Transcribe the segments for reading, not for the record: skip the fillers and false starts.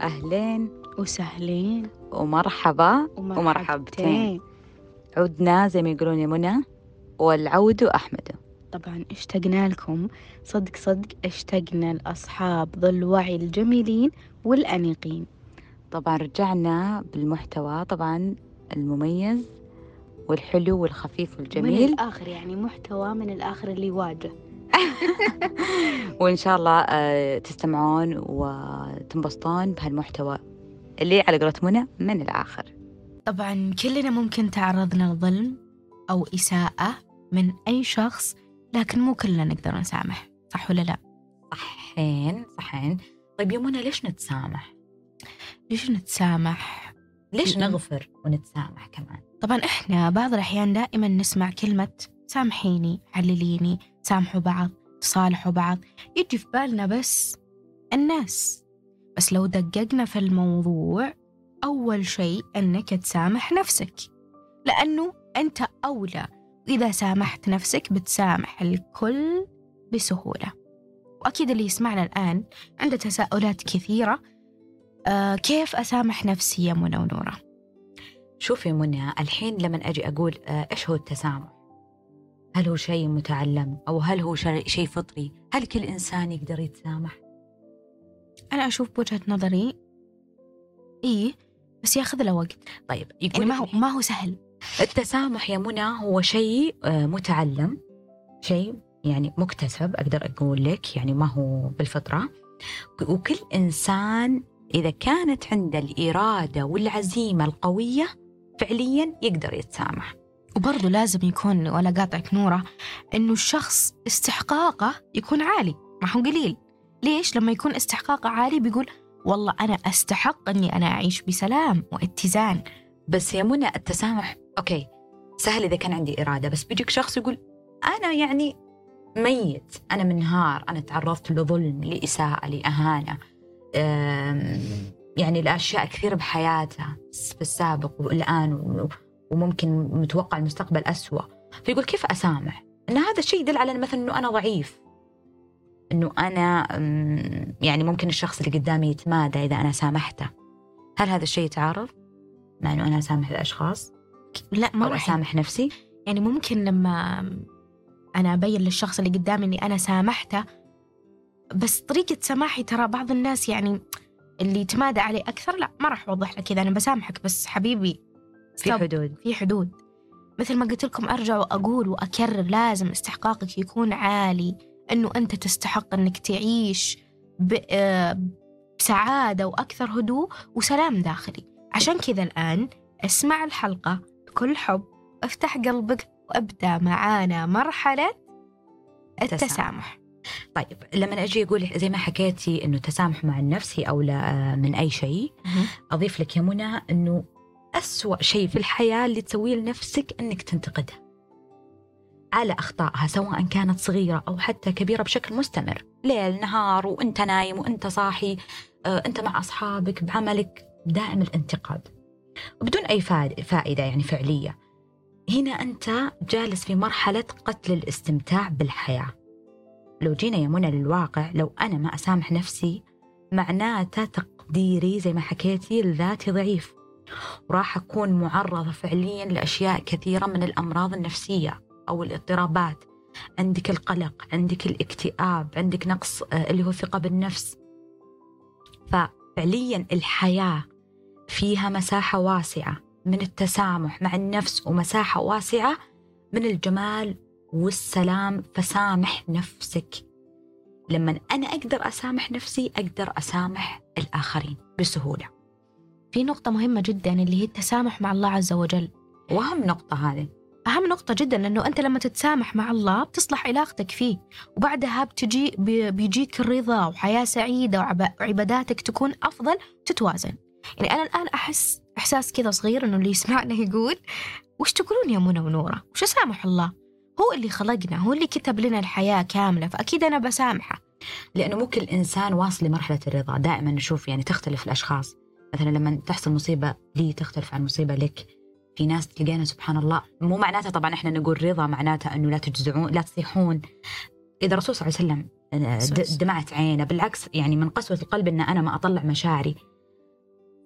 أهلين وسهلين ومرحبا ومرحبتين. عدنا زي ما يقولون يا منى، والعود أحمد. طبعا اشتقنا لكم، صدق اشتقنا لأصحاب ذو الوعي الجميلين والأنيقين. طبعا رجعنا بالمحتوى طبعا المميز والحلو والخفيف والجميل من الآخر، يعني محتوى من الآخر اللي يواجه. وإن شاء الله تستمعون وتنبسطون بهالمحتوى اللي على قولة منى من الآخر. طبعا كلنا ممكن تعرضنا لظلم أو إساءة من أي شخص، لكن مو كلنا نقدر نسامح، صح ولا لا؟ صحين. طيب يا منى، ليش نتسامح؟ ليش نغفر ونتسامح كمان؟ طبعا إحنا بعض الأحيان دائما نسمع كلمة سامحيني، حلليني، سامحوا بعض، تصالحوا بعض، يجي في بالنا بس الناس. بس لو دققنا في الموضوع، أول شيء أنك تسامح نفسك، لأنه أنت أولى، وإذا سامحت نفسك بتسامح الكل بسهولة. وأكيد اللي يسمعنا الآن عنده تساؤلات كثيرة، كيف أسامح نفسي يا منى ونورة؟ شوفي منى، الحين لما أجي أقول إيش هو التسامح، هل هو شيء متعلم أو هل هو شيء فطري؟ هل كل إنسان يقدر يتسامح؟ أنا أشوف بوجهة نظري إيه، بس ياخذ له وقت. طيب يعني ما هو سهل. التسامح يا منى هو شيء متعلم، شيء يعني مكتسب، أقدر أقول لك، يعني ما هو بالفطرة. وكل إنسان إذا كانت عنده الإرادة والعزيمة القوية فعليا يقدر يتسامح. وبرضه لازم يكون، ولا قاطعك نورة، إنه الشخص استحقاقه يكون عالي، ما هو قليل. ليش؟ لما يكون استحقاقه عالي بيقول والله أنا أستحق أني أنا أعيش بسلام واتزان. بس يا منى التسامح أوكي سهل إذا كان عندي إرادة، بس بيجيك شخص يقول أنا يعني ميت، أنا منهار، أنا تعرضت لظلم، لإساءة، لإهانة، يعني الأشياء كثير بحياته في السابق والآن، وممكن متوقع المستقبل أسوأ. فيقول كيف أسامح؟ إن هذا الشيء يدل على مثلا إنه أنا ضعيف، إنه أنا يعني ممكن الشخص اللي قدامي يتمادى إذا أنا سامحته. هل هذا الشيء يتعارض مع إنه أنا أسامح الأشخاص؟ لا، ما أو أسامح نفسي. يعني ممكن لما أنا أبين للشخص اللي قدامي إني أنا سامحته، بس طريقة سماحي ترى بعض الناس يعني اللي يتمادى عليه أكثر، لا ما راح أوضح لك إذا أنا بسامحك، بس حبيبي في حدود. مثل ما قلت لكم، أرجع وأقول وأكرر، لازم استحقاقك يكون عالي، أنه أنت تستحق أنك تعيش بسعادة وأكثر هدوء وسلام داخلي. عشان كذا الآن اسمع الحلقة بكل حب، وافتح قلبك، وأبدأ معانا مرحلة التسامح. طيب لما أجي أقول زي ما حكيتي أنه تسامح مع النفس هي أولى من أي شيء، أضيف لك يا منى أنه أسوأ شيء في الحياة اللي تسويه لنفسك أنك تنتقدها على أخطائها، سواء كانت صغيرة أو حتى كبيرة بشكل مستمر، ليل نهار وأنت نايم وأنت صاحي، أنت مع أصحابك، بعملك، دائم الانتقاد وبدون أي فائدة يعني فعلية. هنا أنت جالس في مرحلة قتل الاستمتاع بالحياة. لو جينا يا منى للواقع، لو أنا ما أسامح نفسي معناته تقديري زي ما حكيتي لذاتي ضعيف، وراح أكون معرضة فعليا لأشياء كثيرة من الأمراض النفسية أو الاضطرابات. عندك القلق، عندك الاكتئاب، عندك نقص اللي هو الثقة بالنفس. ففعليا الحياة فيها مساحة واسعة من التسامح مع النفس، ومساحة واسعة من الجمال والسلام. فسامح نفسك. لما أنا أقدر أسامح نفسي أقدر أسامح الآخرين بسهولة. في نقطة مهمة جدا اللي هي التسامح مع الله عز وجل، وأهم نقطة هذه، أهم نقطة جدا، لأنه أنت لما تتسامح مع الله بتصلح علاقتك فيه، وبعدها بيجيك الرضا وحياة سعيدة، وعباداتك تكون أفضل وتتوازن. يعني أنا الآن أحس إحساس كذا صغير، إنه اللي يسمعنا يقول وش تقولون يا منى ونورة؟ وش أسامح الله؟ هو اللي خلقنا، هو اللي كتب لنا الحياة كاملة، فأكيد أنا بسامحه. لأنه مو كل إنسان واصل لمرحلة الرضا. دائما نشوف يعني تختلف الأشخاص، مثلا لما تحصل مصيبة لي تختلف عن مصيبة لك. في ناس تلقينا سبحان الله، مو معناتها طبعا إحنا نقول رضا معناتها أنه لا تجزعون لا تصيحون. إذا الرسول صلى الله عليه وسلم دمعت عينه، بالعكس يعني من قسوة القلب أن أنا ما أطلع مشاعري،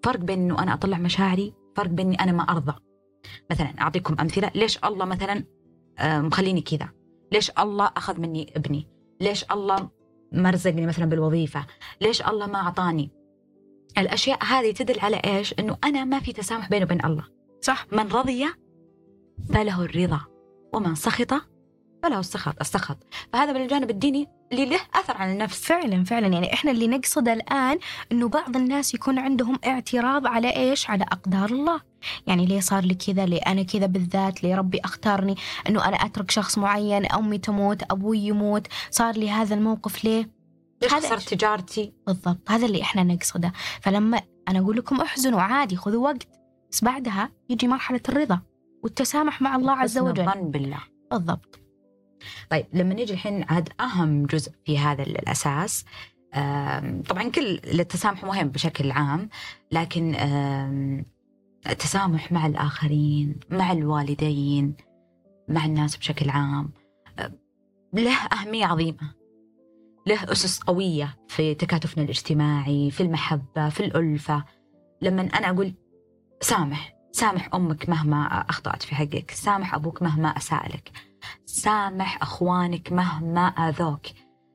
فرق بين إنه أنا أطلع مشاعري، فرق بين إني أنا ما أرضى. مثلا أعطيكم أمثلة، ليش الله مثلا مخليني كذا؟ ليش الله أخذ مني ابني؟ ليش الله ما رزقني مثلا بالوظيفة؟ ليش الله ما أعطاني؟ الأشياء هذه تدل على إيش؟ إنه أنا ما في تسامح بيني وبين الله. صح. من رضي فله الرضا، ومن سخط فله السخط. فهذا من الجانب الديني اللي له أثر على النفس. فعلا يعني إحنا اللي نقصد الآن إنه بعض الناس يكون عندهم اعتراض على إيش؟ على أقدار الله. يعني ليه صار لي كذا؟ ليه أنا كذا بالذات؟ ليه ربي اختارني إنه أنا أترك شخص معين؟ أمي تموت، أبوي يموت، صار لي هذا الموقف ليه؟ ليش خسرت تجارتي؟ بالضبط، هذا اللي إحنا نقصده. فلما أنا أقول لكم احزنوا عادي، خذوا وقت، بس بعدها يجي مرحلة الرضا والتسامح مع الله عز وجل. الظن بالله. بالضبط. طيب لما نيجي الحين عاد أهم جزء في هذا الأساس، طبعا كل التسامح مهم بشكل عام، لكن التسامح مع الآخرين، مع الوالدين، مع الناس بشكل عام، له أهمية عظيمة، له أسس قوية في تكاتفنا الاجتماعي، في المحبة، في الألفة. لما أنا أقول سامح أمك مهما أخطأت في حقك، سامح أبوك مهما أساء لك، سامح أخوانك مهما آذوك،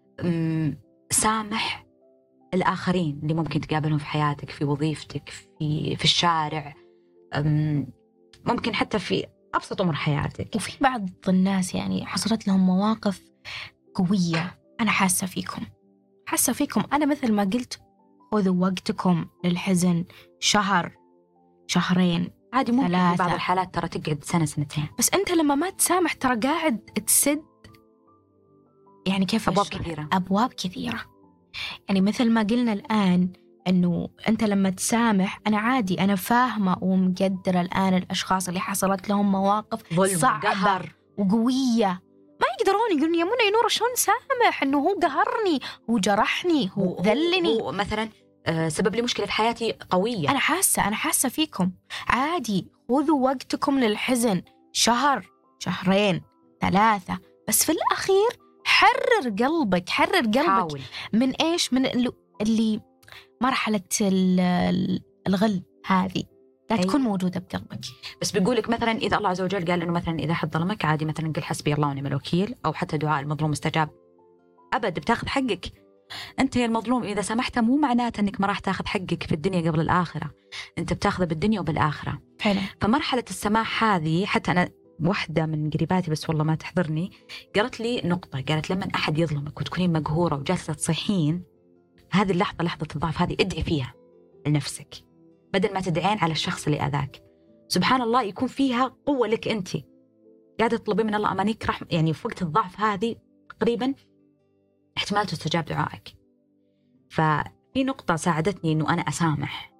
سامح الآخرين اللي ممكن تقابلهم في حياتك، في وظيفتك، في الشارع، ممكن حتى في أبسط أمور حياتك. وفي بعض الناس يعني حصلت لهم مواقف قوية، أنا حاسة فيكم. أنا مثل ما قلت خذوا وقتكم للحزن، شهر، شهرين، عادي، ممكن 3. في بعض الحالات ترى تقعد سنة سنتين. بس أنت لما ما تسامح ترى قاعد تسد، يعني كيف أبواب كثيرة. يعني مثل ما قلنا الآن أنه أنت لما تسامح، أنا عادي، أنا فاهمة ومقدرة الآن الأشخاص اللي حصلت لهم مواقف صعبة وقوية ما يقدرون يقولون يا منى يا نورة شلون سامح إنه هو قهرني، هو جرحني، هو ذلني، هو مثلا سبب لي مشكلة في حياتي قوية. أنا حاسة فيكم. عادي، خذوا وقتكم للحزن، شهر، شهرين، 3، بس في الأخير حرر قلبك. حاول. من إيش؟ من اللي مرحلة الغل هذه لا تكون موجودة بقلبك. بس بيقولك مثلا إذا الله عز وجل قال إنه مثلا إذا حد ظلمك، عادي مثلا قل حسبي الله ونعم الوكيل، أو حتى دعاء المظلوم مستجاب. أبد بتاخذ حقك أنت يا المظلوم. إذا سمحت مو معناته أنك ما راح تاخذ حقك في الدنيا قبل الآخرة، أنت بتاخذه بالدنيا وبالآخرة. فعلا. فمرحلة السماح هذه، حتى أنا واحدة من قريباتي بس والله ما تحضرني قالت لي نقطة، قالت لما أحد يظلمك وتكونين مقهورة وجالسة تصيحين، هذه اللحظة، لحظة الضعف هذه، ادعي فيها لنفسك بدل ما تدعين على الشخص اللي أذاك. سبحان الله يكون فيها قوة لك أنت، قاعدة تطلبين من الله أمانيك يعني في وقت الضعف هذه تقريبا احتمال تستجاب دعائك. ففي نقطة ساعدتني إنه أنا أسامح،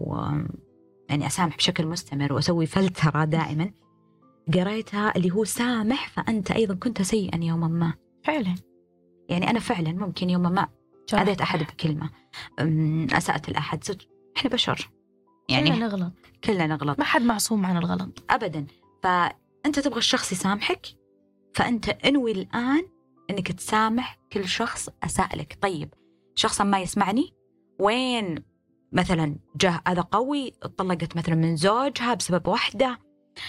يعني أسامح بشكل مستمر وأسوي فلترة دائما، قريتها اللي هو سامح فأنت أيضا كنت سيئا يوما ما. فعلا. يعني أنا فعلا ممكن يوما ما أذيت أحد بكلمة، أسأت الأحد، إحنا بشر، يعني كلنا نغلط، ما حد معصوم عن الغلط أبدا. فأنت تبغى الشخص يسامحك، فأنت انوي الآن أنك تسامح كل شخص أساء لك. طيب شخصا ما يسمعني، وين مثلا جاء هذا قوي، طلقت مثلا من زوجها بسبب واحدة،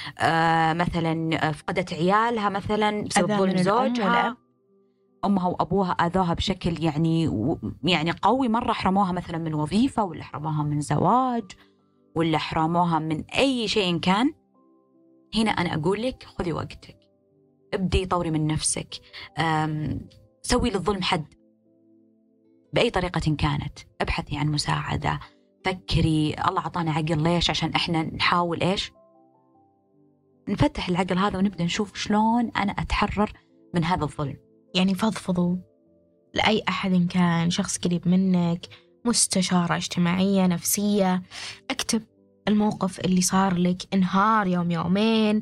مثلا فقدت عيالها مثلا بسبب ظلم زوجها، أمها وأبوها آذوها بشكل يعني قوي مرة، حرموها مثلا من وظيفة، ولا حرموها من زواج، ولا حرموها من أي شيء كان. هنا أنا أقول لك خذي وقتك، ابدي طوري من نفسك، سوي للظلم حد بأي طريقة كانت، ابحثي عن مساعدة، فكري الله عطانا عقل ليش؟ عشان إحنا نحاول إيش؟ نفتح العقل هذا ونبدأ نشوف شلون أنا أتحرر من هذا الظلم. يعني فضفضوا لأي أحد كان، شخص قريب منك، مستشارة اجتماعية نفسية، اكتب الموقف اللي صار لك، انهار يوم يومين،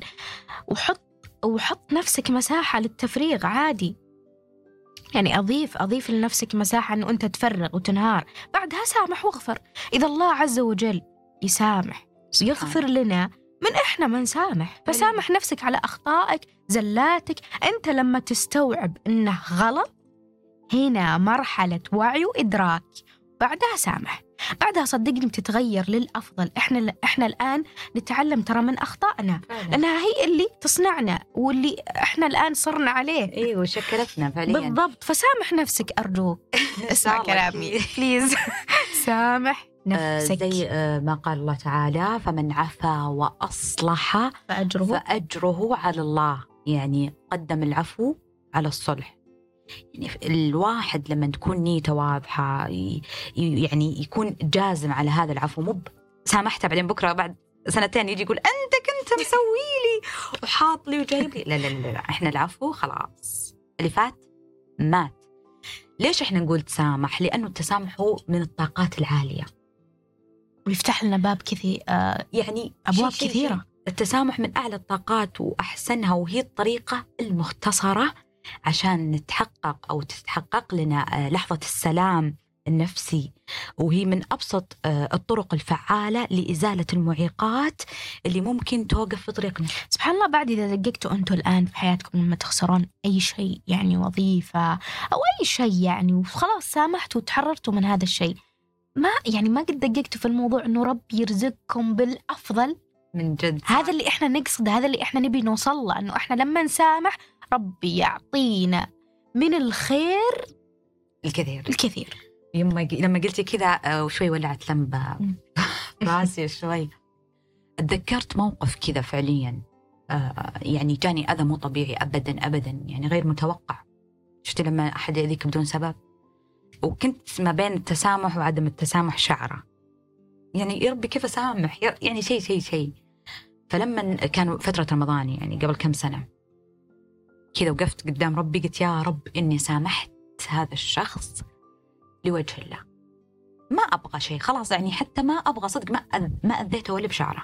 وحط نفسك مساحة للتفريغ عادي. يعني أضيف لنفسك مساحة أنه أنت تفرغ وتنهار، بعدها سامح واغفر. إذا الله عز وجل يسامح يغفر لنا من إحنا ما نسامح، فسامح نفسك على أخطائك، زلاتك. أنت لما تستوعب أنه غلط، هنا مرحلة وعي وإدراك، بعدها سامح. بعدها صدقني بتتغير للأفضل. إحنا الآن نتعلم ترى من أخطائنا، لأنها هي اللي تصنعنا واللي إحنا الآن صرنا عليه. إيه وشكلتنا فعليا. بالضبط. فسامح نفسك أرجوك. اسمع كلامي بليز. سامح نفسك. زي ما قال الله تعالى: فمن عفا وأصلح فأجره على الله. يعني قدم العفو على الصلح. يعني الواحد لما تكون نيته واضحة يعني يكون جازم على هذا العفو، مو سامحته بعدين بكرة بعد سنتين يجي يقول أنت كنت مسوي لي وحاط لي وجايب لي. لا لا لا لا، إحنا العفو خلاص، اللي فات مات. ليش إحنا نقول تسامح؟ لأنه التسامح هو من الطاقات العالية ويفتح لنا باب كثير، يعني أبواب كثيرة. التسامح من أعلى الطاقات وأحسنها، وهي الطريقة المختصرة عشان نتحقق أو تتحقق لنا لحظة السلام النفسي، وهي من أبسط الطرق الفعالة لإزالة المعيقات اللي ممكن توقف في طريقنا. سبحان الله. بعد إذا دققتوا أنتوا الآن في حياتكم لما تخسرون أي شيء، يعني وظيفة أو أي شيء، يعني وخلاص سامحتوا وتحررتوا من هذا الشيء، ما قد دققتوا في الموضوع إنه رب يرزقكم بالأفضل من جد. هذا اللي إحنا نقصد، هذا اللي إحنا نبي نوصل له، إنه إحنا لما نسامح ربي يعطينا من الخير الكثير. لما قلتي كذا وشوي ولعت لمبة راسي شوي. تذكرت موقف كذا فعليا، يعني جاني أذى مو طبيعي أبدا أبدا، يعني غير متوقع. شفتي لما أحد يأذيك بدون سبب؟ وكنت ما بين التسامح وعدم التسامح شعرة، يعني يا ربي كيف أسامح، يعني شيء. فلما كان فترة رمضان يعني قبل كم سنة كذا، وقفت قدام ربي قلت يا رب إني سامحت هذا الشخص لوجه الله، ما أبغى شيء خلاص، يعني حتى ما أبغى صدق ما أذيته ولا بشعره.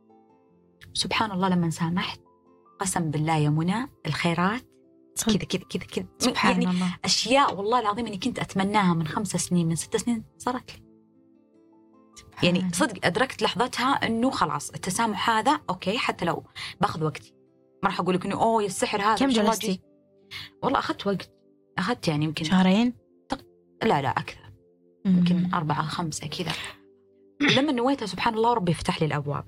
سبحان الله لما سامحت قسم بالله يا منى الخيرات كذا سبحان يعني الله. أشياء والله العظيم إني كنت أتمناها من 5 سنين من 6 سنين صارت لي. يعني صدق أدركت لحظتها إنه خلاص التسامح هذا أوكي، حتى لو باخذ وقتي. ما راح أقول لك إنه أوه السحر هذا. كم جلستي؟ والله أخذت وقت، أخذت يعني يمكن 2 شهرين. لا أكثر، يمكن 4 5 كذا. لما نويتها سبحان الله ربي يفتح لي الأبواب.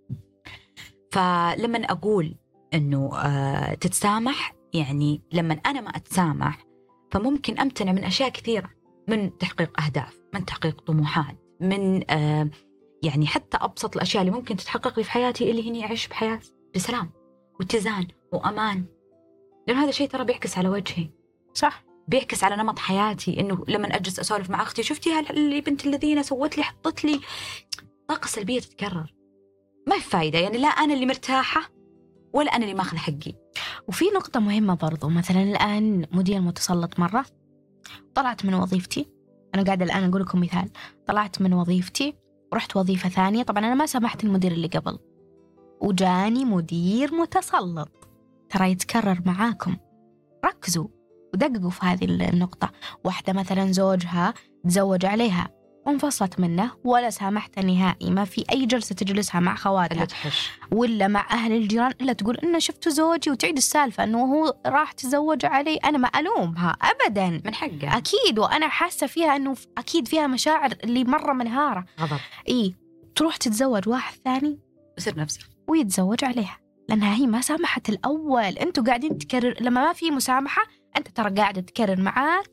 فلما أقول إنه تتسامح، يعني لما أنا ما أتسامح فممكن أمتنع من أشياء كثيرة، من تحقيق أهداف، من تحقيق طموحات، من يعني حتى أبسط الأشياء اللي ممكن تتحقق لي في حياتي، اللي هني أعيش بحياة بسلام واتزان وأمان. لأن هذا الشيء ترى بيعكس على وجهي، صح، بيعكس على نمط حياتي. إنه لما أجلس أسولف مع أختي شفتي اللي بنت الذين سوت لي حطت لي، طاقة سلبية تتكرر، ما في فايدة. يعني لا أنا اللي مرتاحة ولا أنا اللي ماخذ حقي. وفي نقطة مهمة برضو، مثلا الآن مدير متسلط مرة، طلعت من وظيفتي. أنا قاعدة الآن أقول لكم مثال، طلعت من وظيفتي ورحت وظيفة ثانية. طبعا أنا ما سامحت المدير اللي قبل، وجاني مدير متسلط. ترى يتكرر معاكم، ركزوا ودققوا في هذه النقطة. واحدة مثلا زوجها تزوج عليها وانفصلت منه ولا سامحتها نهائي، ما في أي جلسة تجلسها مع خواتها ولا مع أهل الجيران إلا تقول إنه شفت زوجي، وتعيد السالفة إنه هو راح تزوج علي. أنا ما ألومها أبدا، من حقها أكيد، وأنا حاسة فيها إنه أكيد فيها مشاعر اللي مرة منهارة، غضب. تروح تتزوج واحد ثاني يصير نفسه ويتزوج عليها، لأنها هي ما سامحت الأول. أنتوا قاعدين تكرر، لما ما في مسامحة أنت ترى قاعدة تكرر معاك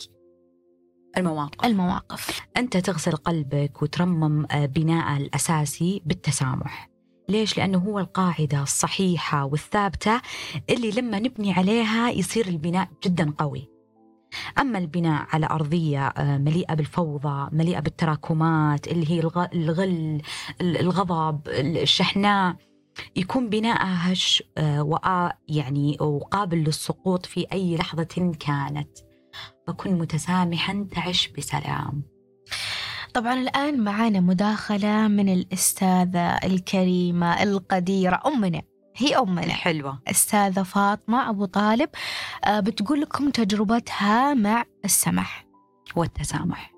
المواقف. أنت تغسل قلبك وترمم بناء الأساسي بالتسامح. ليش؟ لأنه هو القاعدة الصحيحة والثابتة اللي لما نبني عليها يصير البناء جدا قوي. أما البناء على أرضية مليئة بالفوضى، مليئة بالتراكمات اللي هي الغل، الغضب، الشحناء، يكون بناءها هش يعني وقابل للسقوط في أي لحظة كانت. فكن متسامحا تعيش بسلام. طبعا الآن معانا مداخلة من الأستاذة الكريمة القديرة، أمنا، هي أمنا الحلوة، أستاذة فاطمة أبو طالب، بتقول لكم تجربتها مع السمح والتسامح.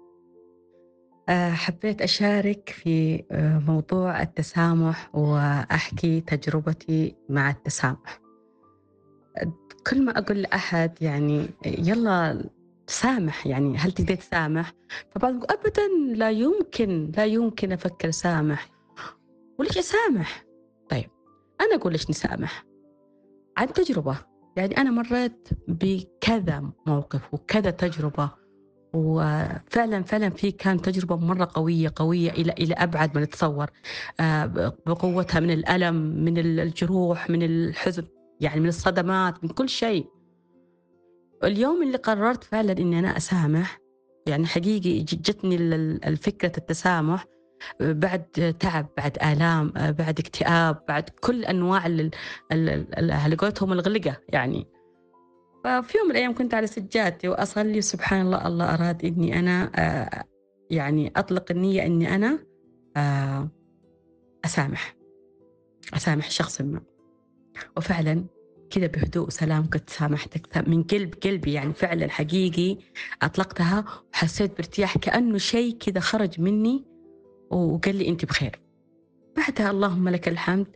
حبيت أشارك في موضوع التسامح وأحكي تجربتي مع التسامح. كل ما أقول لأحد يعني يلا تسامح، يعني هل تقدر تسامح؟ فبعض يقول أبدا لا يمكن أفكر أسامح، وليش أسامح؟ طيب أنا أقول ليش نسامح عن تجربة. يعني أنا مريت بكذا موقف وكذا تجربة، وفعلا في كانت تجربة مرة قوية إلى أبعد ما نتصور، بقوتها من الألم، من الجروح، من الحزن، يعني من الصدمات، من كل شيء. اليوم اللي قررت فعلا إني أنا أسامح، يعني حقيقي جتني الفكرة التسامح بعد تعب، بعد آلام، بعد اكتئاب، بعد كل أنواع على قولتهم الغلقة يعني. ففي يوم من الأيام كنت على سجادتي وأصلي، وسبحان الله الله أراد إني أنا يعني أطلق النية إني أنا أسامح شخص ما. وفعلا كذا بهدوء وسلام كنت سامحتك من قلبي، يعني فعلا حقيقي أطلقتها وحسيت بارتياح، كأنه شيء كذا خرج مني وقال لي أنت بخير. بعدها اللهم لك الحمد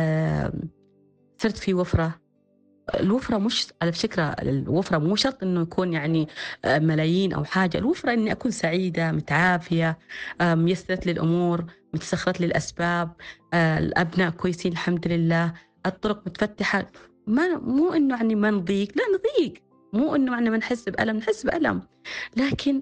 صرت في وفرة. الوفرة مش على فكرة، الوفرة مو شرط إنه يكون يعني ملايين أو حاجة. الوفرة إني أكون سعيدة، متعافية، ميسرت لي الأمور، متسخرت لي الأسباب، الأبناء كويسين الحمد لله، الطرق متفتحة. مو إنه يعني ما نضيق، لا نضيق، مو إنه يعني ما نحس بألم، نحس بألم، لكن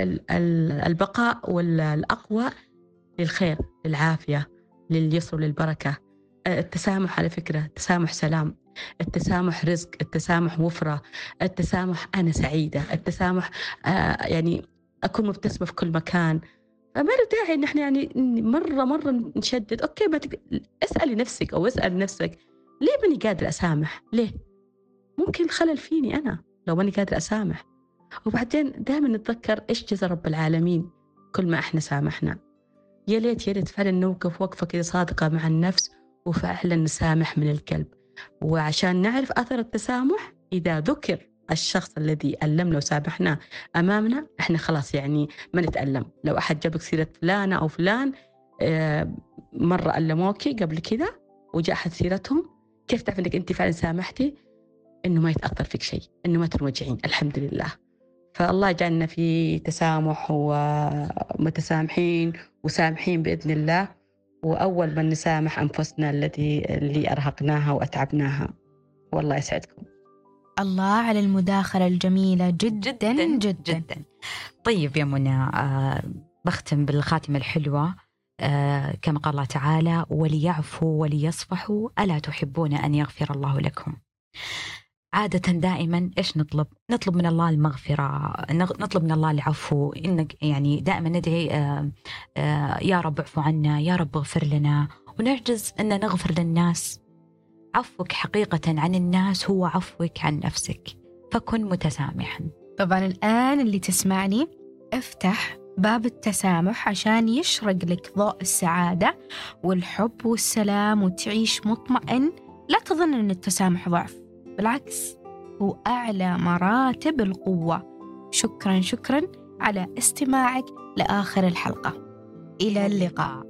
البقاء والأقوى للخير، للعافية، لليسر، للبركة. التسامح على فكرة، التسامح سلام، التسامح رزق، التسامح وفرة، التسامح أنا سعيدة، التسامح يعني أكون مبتسمة في كل مكان. فما له داعي إن إحنا يعني مرة نشدد. أوكي، اسألي نفسك أو اسأل نفسك، ليه ماني قادرة أسامح؟ ليه؟ ممكن الخلل فيني أنا لو ماني قادرة أسامح. وبعدين دائما نتذكر إيش جزا رب العالمين كل ما إحنا سامحنا. يا ليت فعلا نوقف وقفة كذا صادقة مع النفس، وفعلا نسامح من القلب. وعشان نعرف أثر التسامح، إذا ذكر الشخص الذي ألمنا وسامحناه أمامنا، إحنا خلاص يعني ما نتألم. لو أحد جابك سيرة فلانة أو فلان مرة ألموكي قبل كذا وجاء أحد سيرتهم، كيف تعرف أنك أنت فعلا سامحتي؟ إنه ما يتأثر فيك شيء، إنه ما تنوجعين، الحمد لله. فالله جعلنا في تسامح ومتسامحين وسامحين بإذن الله، وأول من نسامح أنفسنا اللي أرهقناها وأتعبناها. والله يسعدكم. الله على المداخلة الجميلة جدا. طيب يا منى، بختم بالخاتمة الحلوة. كما قال الله تعالى: وليعفوا وليصفحوا ألا تحبون أن يغفر الله لكم. عادة دائما إيش نطلب من الله المغفرة، نطلب من الله العفو. إنك يعني دائما ندعي يا رب اعفو عنا، يا رب اغفر لنا، ونعجز أن نغفر للناس. عفوك حقيقة عن الناس هو عفوك عن نفسك، فكن متسامحا. طبعا الآن اللي تسمعني افتح باب التسامح عشان يشرق لك ضوء السعادة والحب والسلام وتعيش مطمئن. لا تظن أن التسامح ضعف، بالعكس هو أعلى مراتب القوة. شكرا على استماعك لآخر الحلقة. إلى اللقاء.